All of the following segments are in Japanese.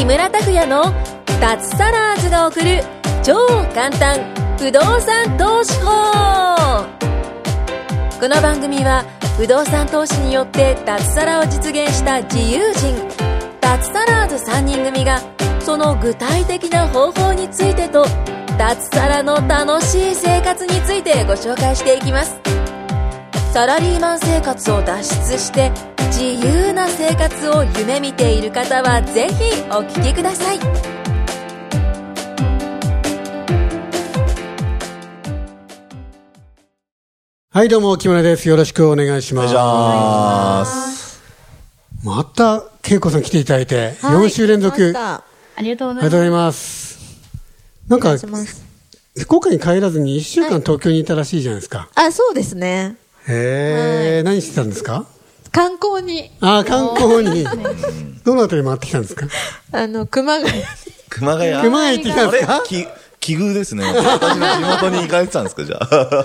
村拓哉の脱サラーズが送る超簡単不動産投資法。この番組は不動産投資によって脱サラを実現した自由人脱サラーズ3人組がその具体的な方法についてと脱サラの楽しい生活についてご紹介していきます。サラリーマン生活を脱出して自由な生活を夢見ている方はぜひお聞きください。 はいどうも木村です。よろしくお願いします。 お願いします。 また恵子さん来ていただいて、4週連続ありがとうございます。 ありがとうございます。なんか福岡に帰らずに1週間東京にいたらしいじゃないですか。 あ、そうですね。 何してたんですか？ 観光に。 観光にどのあたり回ってきたんですか？ 熊谷熊谷行ってきたんですか？ 奇遇ですね。私の地元に行かれてたんですか？じゃあ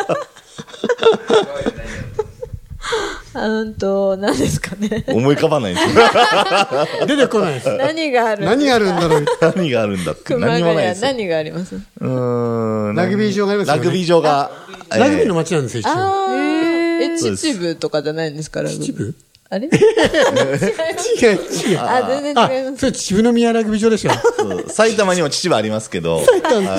何ですかね。 思い浮かばないです出てこないです。 何があるんだろう。 何があるんだって熊谷何もないです。 何があります？ ラグビー場がありますよね。 ラグビー場がラグビーの街なんですよ一応。 秩父とかじゃないんですか？ 秩父？ あれ？違う。 全然違います。それ秩父宮ラグビー場でしょ。 埼玉にも秩父ありますけど。 違います。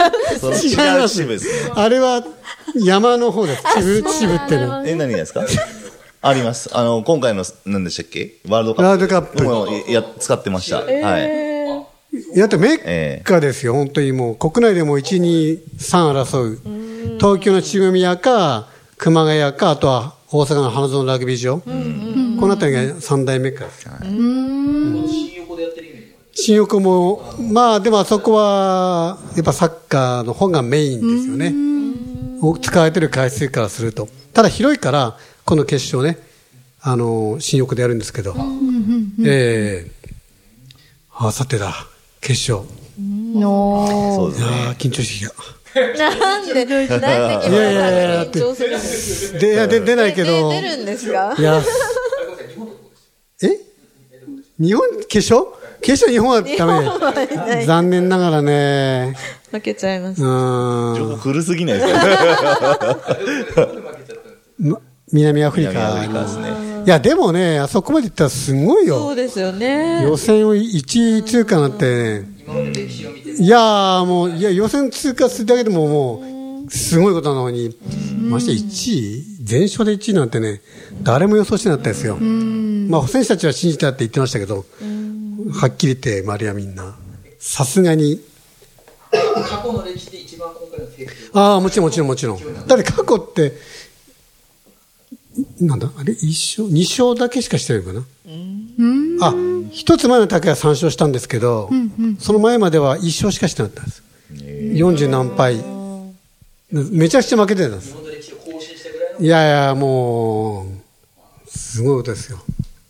あれは山の方です。秩父っての。 何がですか？あります。今回の何でしたっけ？ワールドカップも使ってました。はい。 やっとメッカですよ。本当にもう国内でも1、2、3争う。東京の秩父宮か熊谷か、あとは大阪の花園ラグビー場。この辺りが三大メッカです。 新横でやってるイメージ。 新横もまあでもあそこはやっぱサッカーの方がメインですよね。使われてる回数からすると。ただ広いからこの決勝ね、新横でやるんですけど、さてだ決勝。 そうですね。 緊張してきた。 なんで緊張するんですか？ 出ないけど。 出るんですか？ いや。日本決勝日本はダメ。残念ながらね。 負けちゃいます。 情報古すぎないですか？ 南アフリカですね。 いやでもね、あそこまでいったらすごいよ。 そうですよね。 予選を1位通過なんて、いやもう予選通過するだけでももうすごいことなのに、まして1位全勝で1位なんてね、誰も予想してなかったですよ。まあ選手たちは信じたって言ってましたけど、はっきり言って周りはみんなさすがに過去の歴史で一番今回の成績。もちろん。だって過去ってなんだあれ1勝2勝だけしかしてないのかな。一つ前の竹は3勝したんですけど、その前までは1勝しかしてなかったんです。40何敗、めちゃくちゃ負けてたんです。 日本の歴史を更新したぐらいの。 いやもうすごいことですよ。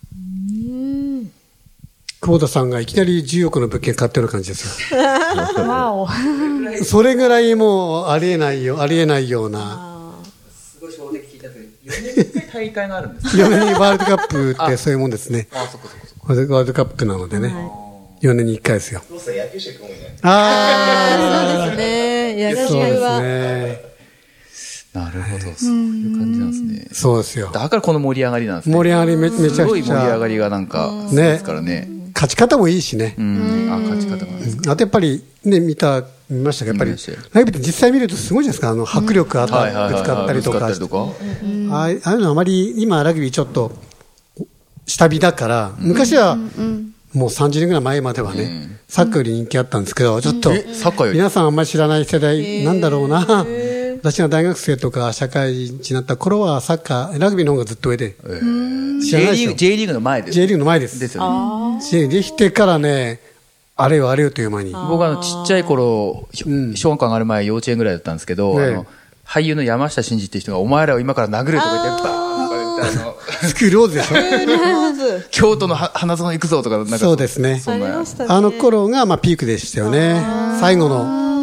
久保田さんがいきなり10億の物件買ってる感じですよ。それぐらいもうありえないような。 すごい衝撃聞いたけど、4年に1回大会があるんですか ？4年にワールドカップってそういうもんですね。ワールドカップなのでね、4年に1回ですよ。 野球しか興味ない。 そうですね。野球は。 なるほど、そういう感じなんですね。 そうですよ。 だからこの盛り上がりなんですね。 盛り上がりめちゃくちゃ。 すごい盛り上がりがなんか、ですからね。 勝ち方もいいしね。 勝ち方が。 あとやっぱりね、見ましたけど、やっぱりライブって実際見るとすごいじゃないですか。迫力ぶつかったりとか。ああいうのあまり今ラグビーちょっと下火だから、昔はもう30年ぐらい前まではね、サッカーより人気あったんですけど、ちょっと皆さんあんまり知らない世代なんだろうな。私が大学生とか社会人になった頃はサッカー、ラグビーの方がずっと上で。 知らないですよ。J リーグの前です。 J リーグの前です。 ですよね。 J できてからね、あれよという間に。 僕はちっちゃい頃、小学校上がる前幼稚園ぐらいだったんですけど、俳優の山下真司っていう人がお前らを今から殴るとか言って、バーンとか言って、 スクールローズでしょ。 京都の花園行くぞとか、なんかそうですね。あの頃がピークでしたよね。最後の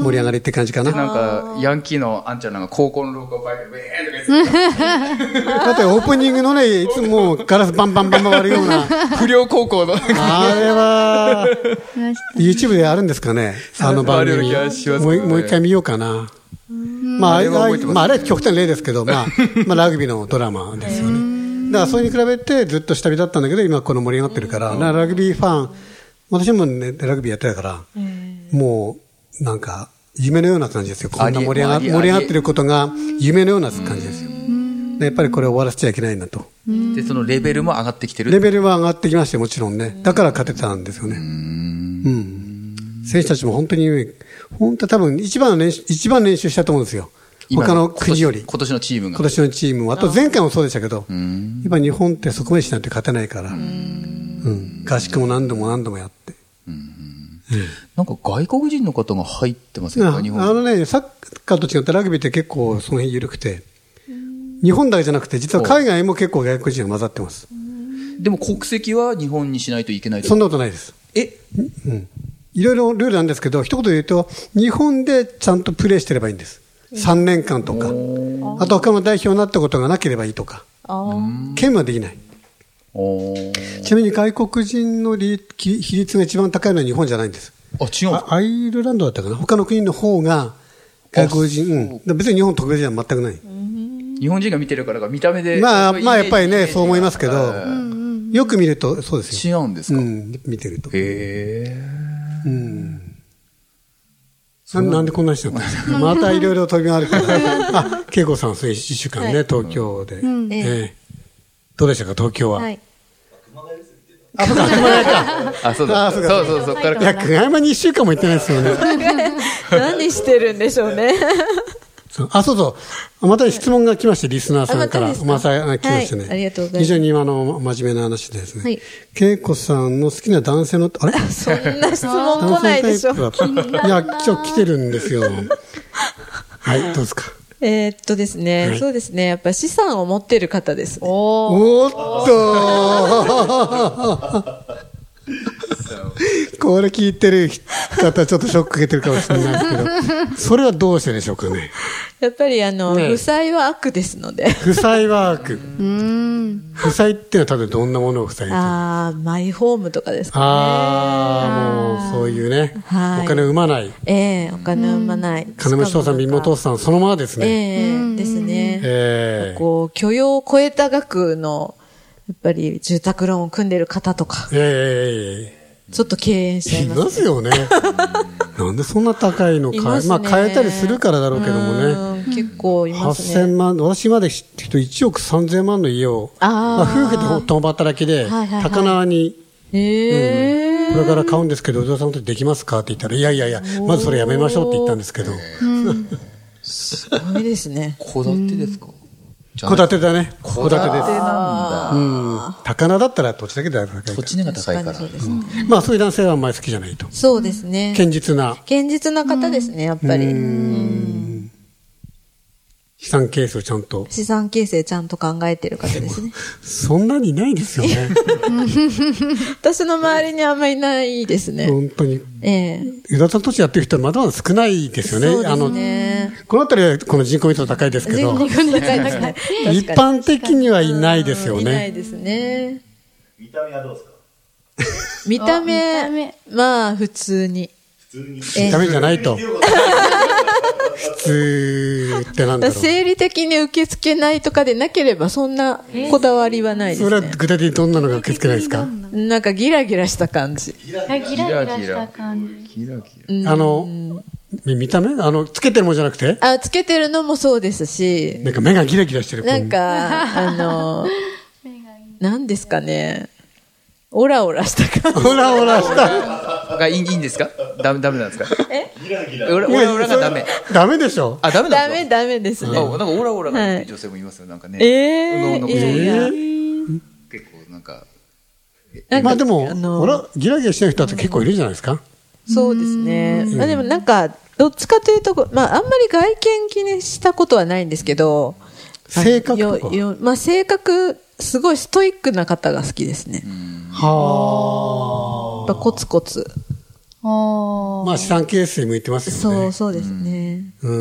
盛り上がりって感じかな。 なんか、ヤンキーのあんちゃんなんか高校の廊下をバイクでウェーンとか言って。 だってオープニングのね、いつもガラスバンバンバンバン割るような。 不良高校の。 あれは、YouTube であるんですかね、あの番組。もう一回見ようかな。まあ、あれは極端な例ですけど、まあ、ラグビーのドラマですよね。だから、それに比べてずっと下火だったんだけど、今この盛り上がってるから、ラグビーファン、私もね、ラグビーやってたから、もう、なんか、夢のような感じですよ。こんな盛り上がってることが夢のような感じですよ。やっぱりこれ終わらせちゃいけないなと。 で、そのレベルも上がってきてる。 レベルは上がってきまして、もちろんね。だから勝てたんですよね。選手たちも本当に多分一番練習したと思うんですよ。他の国より。 今年のチームが。 今年のチームも。あと前回もそうでしたけど、今日本ってそこまでしないと勝てないから、合宿も何度もやって。 なんか外国人の方が入ってますよね、日本。 ね、サッカーと違ってラグビーって結構その辺緩くて、日本だけじゃなくて、実は海外も結構外国人が混ざってます。 でも国籍は日本にしないといけないと。 そんなことないです。いろいろルールなんですけど、一言で言うと、日本でちゃんとプレーしてればいいんです。3年間とか。あと他の代表になったことがなければいいとか。兼務はできない。ちなみに外国人の比率が一番高いのは日本じゃないんです。 違う。 アイルランドだったかな。他の国の方が外国人、別に日本特別じゃ全くない。 日本人が見てるから見た目で。 まあやっぱりね、そう思いますけど、よく見るとそうですよ。違うんですか？ 見てると。なんでこんな人なんですか？またいろいろ飛び回るから。恵子さん、1週間ね、東京で。どうでしたか、東京は。そうか、熊谷か。 そうだ。そう、そっから。 いや、久我山に1週間も行ってないですよね。 何してるんでしょうね。 そう。また質問が来まして、リスナーさんから。また来ましてね。 ありがとうございます。 非常に真面目な話でですね。恵子さんの好きな男性の、あれそんな質問来ないでしょ。 いや、今日来てるんですよ。はい、どうですか。 ですね、そうですね。やっぱり資産を持っている方ですね。 おっとこれ聞いてる方ちょっとショック受けてるかもしれないですけど、それはどうしてでしょうかね。 やっぱり負債は悪ですので。 負債は悪。負債っていうのは例えばどんなものを負債する？ マイホームとかですかね。もうそういうね、お金を生まない。 お金を生まない。 金持ち父さん、貧乏父さん、そのままですね。 ですね。許容を超えた額の、やっぱり住宅ローンを組んでる方とか。ちょっと敬遠しちゃいます。 いますよね。なんでそんな高いのか。まあ変えたりするからだろうけどもね。 結構いますね。 8000万、私まで知ってる人1億3000万の家を、夫婦で共働きで、高輪に、これから買うんですけど、お嬢さんとできますかって言ったら、いや、まずそれやめましょうって言ったんですけど。 すごいですね。 戸建てですか？ 戸建てだね。戸建てです。高輪だったら土地だけで高い。 土地値が高いから。 まあそういう男性はあんまり好きじゃないと。 そうですね。 堅実な方ですね、やっぱり。 資産形成をちゃんと。 資産形成ちゃんと考えてる方ですね。 そんなにいないですよね。 私の周りにあんまりいないですね。 本当に。湯田さん土地やってる人はまだまだ少ないですよね。 そうですね。 この辺りはこの人口密度高いですけど。 人口密度高い。 一般的にはいないですよね。 いないですね。 見た目はどうですか？ 見た目、まあ普通に。 見た目じゃないと。普通ってなんだろう。 生理的に受け付けないとかでなければそんなこだわりはないですね。 それは具体的にどんなのが受け付けないですか？ なんかギラギラした感じ。 ギラギラした感じ。 見た目つけてるもんじゃなくて？ つけてるのもそうですし。 なんか目がギラギラしてる。 なんか、なんですかね。オラオラした感じ。 オラオラしたがいいんですか？ダメなんですか？オラオラがダメ。 ダメでしょ？ ダメなんですか？ ダメですね。 なんかオラオラがいい女性もいますよ、なんかね。結構なんか。 まあでも、ギラギラしてる人って結構いるじゃないですか？ そうですね。まあでもなんか、どっちかというと、まああんまり外見気にしたことはないんですけど、 性格とか？ まあ性格、すごいストイックな方が好きですね。 はあ。 コツコツ。 まあ資産形成向いてますよね。 そうですね。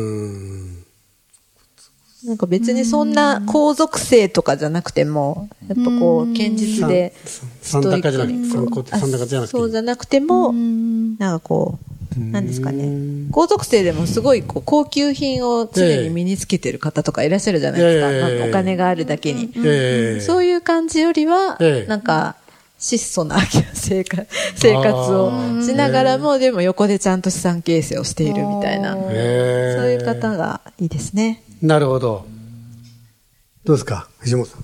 なんか別にそんな皇族性とかじゃなくても、やっぱこう、堅実で、 三高じゃなくて、 そうじゃなくても、なんかこう、なんですかね。皇族性でもすごいこう高級品を常に身につけてる方とかいらっしゃるじゃないですか。お金があるだけに。そういう感じよりは、なんか、質素な生活をしながらも、でも横でちゃんと資産形成をしているみたいな、そういう方がいいですね。 なるほど。どうですか、藤本さん。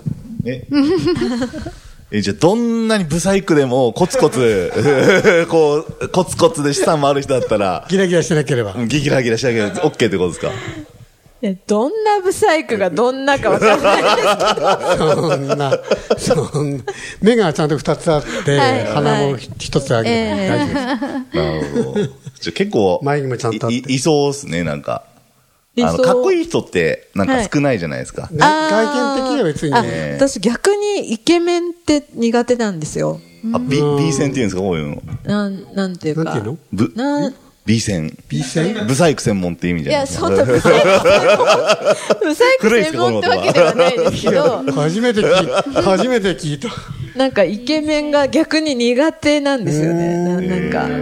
じゃあどんなにブサイクでもコツコツこうコツコツで資産もある人だったらギラギラしてなければギラギラしなければ OK ってことですか？ どんなブサイクがどんなかわからないですけどそんな目がちゃんと2つあって、鼻も1つあげて大丈夫です。 なるほど。結構眉毛もちゃんとあっていそうですね。なんかかっこいい人ってなんか少ないじゃないですか。 外見的には別にね。 私逆にイケメンって苦手なんですよ。 B 線っていうんですか、こういうの。 なんていうか。 なんていうの？B 線。 B 線？ ブサイク専門って意味じゃないですか。 いや、そんなブサイク専門ってわけではないですけど。 初めて聞いた。 なんかイケメンが逆に苦手なんですよね。なんか。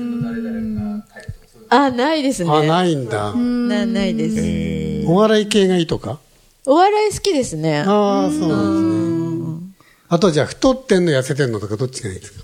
ないですね。 ないんだ。 ないです。 お笑い系がいいとか？ お笑い好きですね。 そうなんですね。あとじゃあ太ってんの痩せてんのとかどっちがいいですか？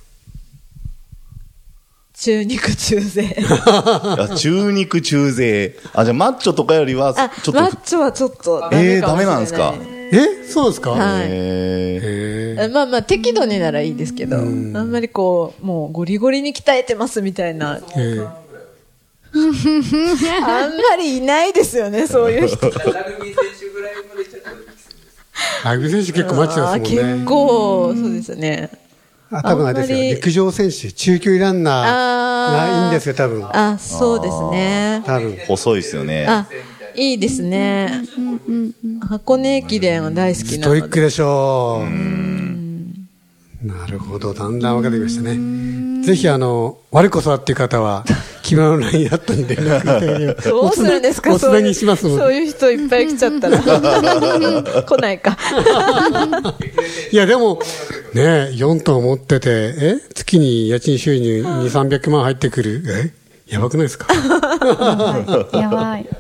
中肉中背。 中肉中背。じゃあマッチョとかよりはちょっと。 マッチョはちょっとダメなんですか？ そうですか？ はい。まあまあ適度にならいいですけど、あんまりこうもうゴリゴリに鍛えてますみたいな。あんまりいないですよね、そういう人。ラグビー選手ぐらいまでいっちゃったら。 ラグビー選手結構マッチョですもんね。 結構、そうですね。 多分あれですよ。陸上選手、中距離ランナーがいいんですよ、多分。 そうですね。 多分。 細いですよね。 いいですね。箱根駅伝は大好きなので。 ストイックでしょう。なるほど、だんだん分かってきましたね。ぜひ我こそはっていう方は、木村の LINE だったんで、 どうするんですか？ おつなぎしますので。 そういう人いっぱい来ちゃったら。来ないか。 いや、でも、ね、4トン持ってて、月に家賃収入2、300万入ってくる。やばくないですか？ やばい。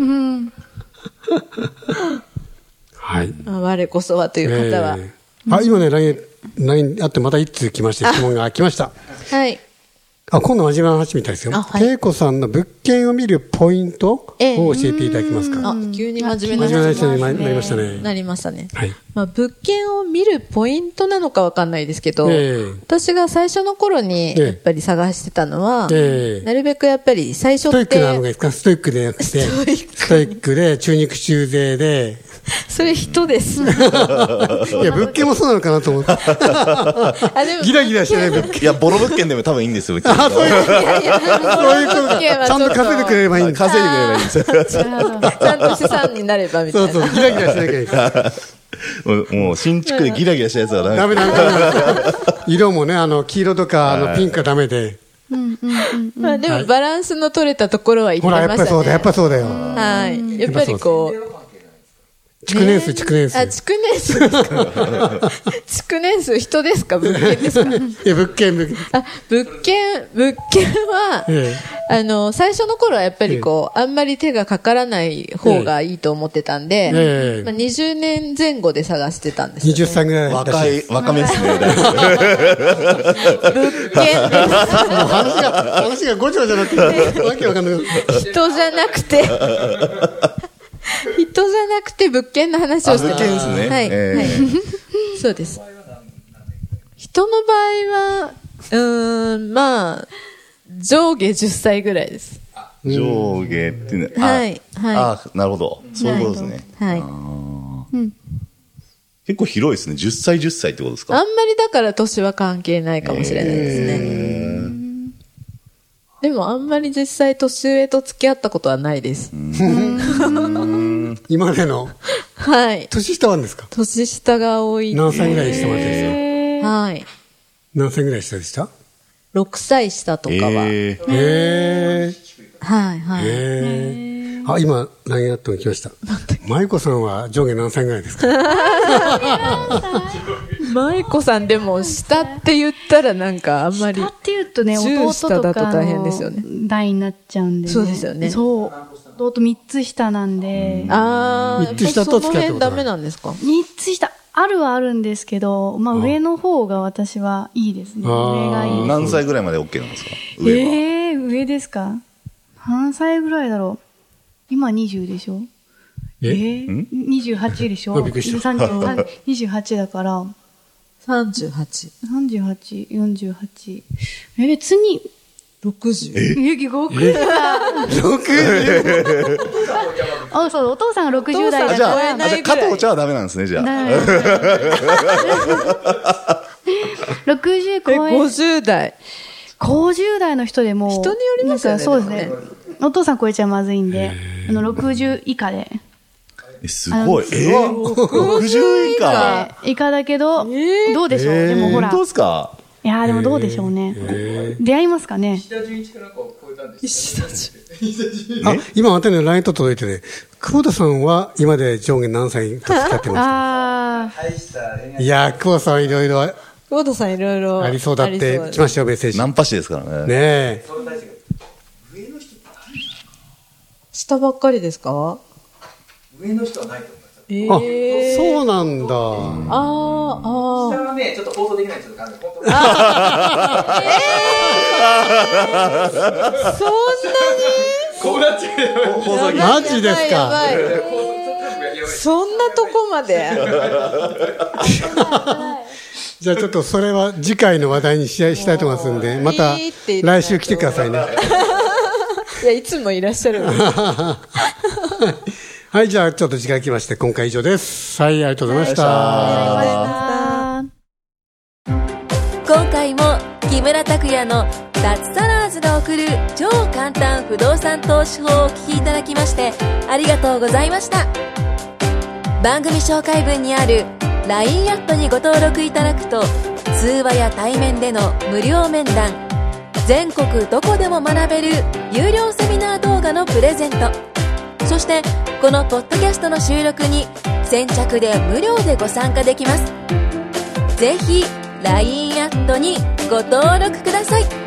はい。 我こそはという方は。 今ね、LINE あってまた1通来まして、質問が来ました。 はい。 今度真面目な話みたいですよ。恵子さんの物件を見るポイントを教えていただけますか？ 急に真面目な話になりましたね。 なりましたね。 はい。 物件を見るポイントなのかわかんないですけど、私が最初の頃にやっぱり探してたのは、なるべくやっぱり最初って。 ストイックなのがいいですか？ストイックでなくて、ストイックで中肉中背で、 それ人です。いや、 物件もそうなのかなと思って。ギラギラしてない物件。 いや、ボロ物件でも多分いいんですよ。 そういうこと。ちゃんと稼いでくれればいいんです。 稼いでくれればいいんですよ。 ちゃんと資産になればみたいな。 そう、ギラギラしなきゃいけない。 もう新築でギラギラしたやつはダメ。色もね、黄色とかピンクがダメで。 でもバランスの取れたところは入れましたね。 ほら、やっぱそうだよ。 はい。やっぱりこう。 築年数。 築年数ですか？築年数人ですか？物件ですか？ いや、物件は、 最初の頃はやっぱりあんまり手がかからない方がいいと思ってたんで、20年前後で探してたんですよね。 20歳ぐらい。 若めですね。 物件です。 話がごちゃごちゃなってわけわかんない。 人じゃなくて物件の話をしてます。 物件ですね。 はい。そうです。人の場合は、まあ、上下10歳ぐらいです。 上下ってね。 はい。 なるほど。そういうことですね。 はい。 結構広いですね。10歳ってことですか？ あんまりだから年は関係ないかもしれないですね。でもあんまり実際年上と付き合ったことはないです。 今までの。 はい。 年下はですか？ 年下が多い。 何歳ぐらい下までですか？ はい。 何歳ぐらい下でした？ 6歳下とかは。はいはい。 あ、今、LINE アットが来ました。舞子さんは上下何歳ぐらいですか？ 舞子さんでも下って言ったらなんかあんまり。 下って言うとね、弟とかの代になっちゃうんで、ね。 そうですよね。 そう。弟3つ下なんで。 3つ下と付き合ってことダメなんですか？ 3 つ下。あるはあるんですけど、まあ上の方が私はいいですね。上がいい。 何歳ぐらいまで OK なんですか？上は。 上ですか？何歳ぐらいだろう。今20でしょ？28でしょ？ びっくりした。 28だから。 38。 48。別に。 60。 60あ、そう、お父さんが60代だから。 じゃあ、加藤茶はダメなんですね、じゃあ。 60超え。 50代。 50代の人でも。 人によりますよね。 そうですね。お父さん超えちゃまずいんで、60以下で。 すごい。60以下。 以下だけど、どうでしょう？でもほら。 どうですか？ いやーでもどうでしょうね。出会いますかね？ 石田純一かなんかを超えたんですあ、今またね、LINE と届いてね、久保田さんは今で上下何歳と付き合ってますか？いやー、久保田さんいろいろ。 久保田さんいろいろ。 ありそうだって来ましたよ、メッセージ。 ナンパ師ですからね。 ねえ。 下ばっかりですか？ 上の人はないと思います。 あ、そうなんだ。 下はね、ちょっと放送できないちょっと感じ。 そんなにこうなっちゃう。 マジですか？ そんなとこまで。 じゃあちょっとそれは次回の話題にしたいと思いますんで、また来週来てくださいね。 いや、いつもいらっしゃる。 はい、じゃあちょっと時間来まして、今回以上です。はい、ありがとうございました。 今回も木村拓哉の脱サラーズが送る超簡単不動産投資法をお聞きいただきましてありがとうございました。番組紹介文にある LINE アットにご登録いただくと、通話や対面での無料面談、全国どこでも学べる有料セミナー動画のプレゼント、そしてこのポッドキャストの収録に先着で無料でご参加できます。ぜひ LINE アットにご登録ください。